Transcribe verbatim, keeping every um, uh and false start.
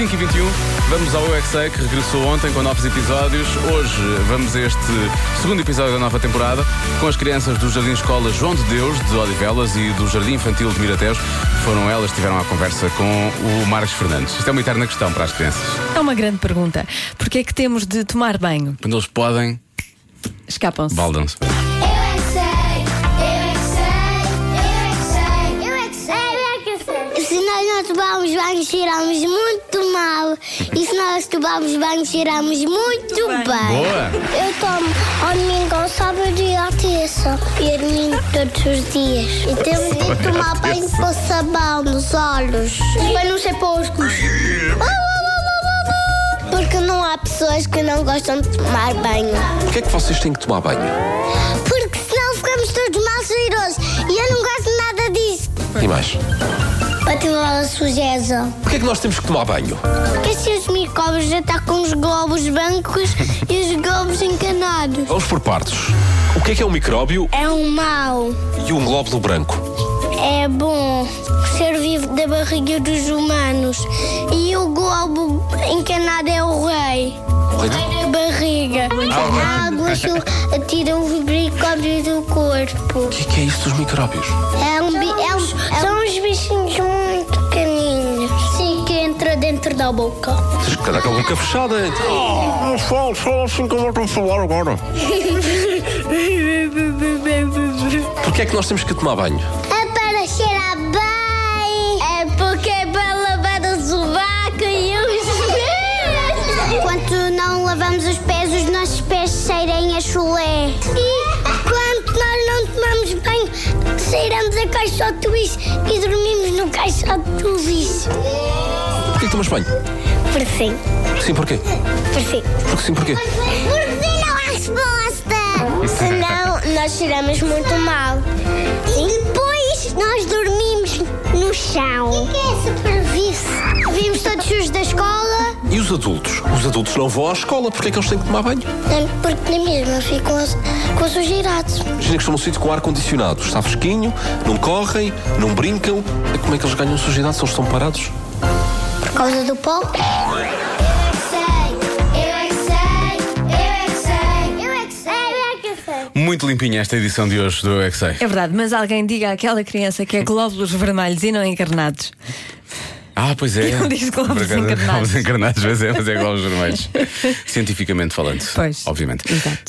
cinco e vinte e um, vamos ao Eu É Que Sei, que regressou ontem com novos episódios. Hoje vamos a este segundo episódio da nova temporada com as crianças do Jardim Escola João de Deus, de Odivelas, e do Jardim Infantil de Miratejo. Foram elas que tiveram a conversa com o Marcos Fernandes. Isto é uma eterna questão para as crianças. É uma grande pergunta. Porquê é que temos de tomar banho? Quando eles podem, Escapam-se. baldam-se. Se nós não tomarmos banho, cheiramos muito mal. E se nós tomarmos banho, cheiramos muito bem. Boa! Eu tomo ao domingo, ao sábado e à terça. E a domingo todos os dias. E temos de tomar banho com sabão nos olhos. Para não ser poscos. Porque não há pessoas que não gostam de tomar banho. Porquê é que vocês têm que tomar banho? Porque senão ficamos todos mal cheirosos. E eu não gosto nada disso. E mais? Para tirar a sujeza. Porquê é que nós temos que tomar banho? Porque se os micróbios atacam os globos brancos e os globos encanados. Vamos por partes. O que é que é um micróbio É um mau. e um glóbulo branco? É bom. Ser vivo da barriga dos humanos. E o globo encanado é o rei. O rei do- Da barriga. A água su- tira os micróbios do corpo. O que é que é isso dos micróbios? É um, bi- é um- são uns bichinhos muito pequeninos. Sim, que entra dentro da boca. Tens que andar com a boca fechada. então. Não falo, fala assim como eu estou a falar agora. Porquê é que nós temos que tomar banho? É para cheirar bem. É porque é para lavar o sovaco e os pés. Quando não lavamos os pés, os nossos pés cheirem a chulé. E quando nós não tomamos banho, cheiramos a caixote do lixo e dormimos no caixote do lixo. Porquê que tomas banho? Por sim. Sim, porquê? Por sim. Porque sim, porquê? Porque não há resposta. Senão nós cheiramos muito mal. E depois nós dormimos no chão. O que é supervície? Vimos todos os da escola. E os adultos? Os adultos não vão à escola. Porquê é que eles têm que tomar banho? Porque na mesma ficam com sujeirados. Imagina que estão num sítio com ar-condicionado. Está fresquinho, não correm, não brincam. Como é que eles ganham sujidade se eles estão parados? Por causa do pó. Muito limpinha esta edição de hoje do Eu É Que Sei. É verdade, mas alguém diga àquela criança que é glóbulos vermelhos e não encarnados. Ah, pois é. Não diz glóbulos Por acaso, encarnados. glóbulos encarnados, mas é, mas é glóbulos vermelhos. Cientificamente falando. Pois. Obviamente. Exato.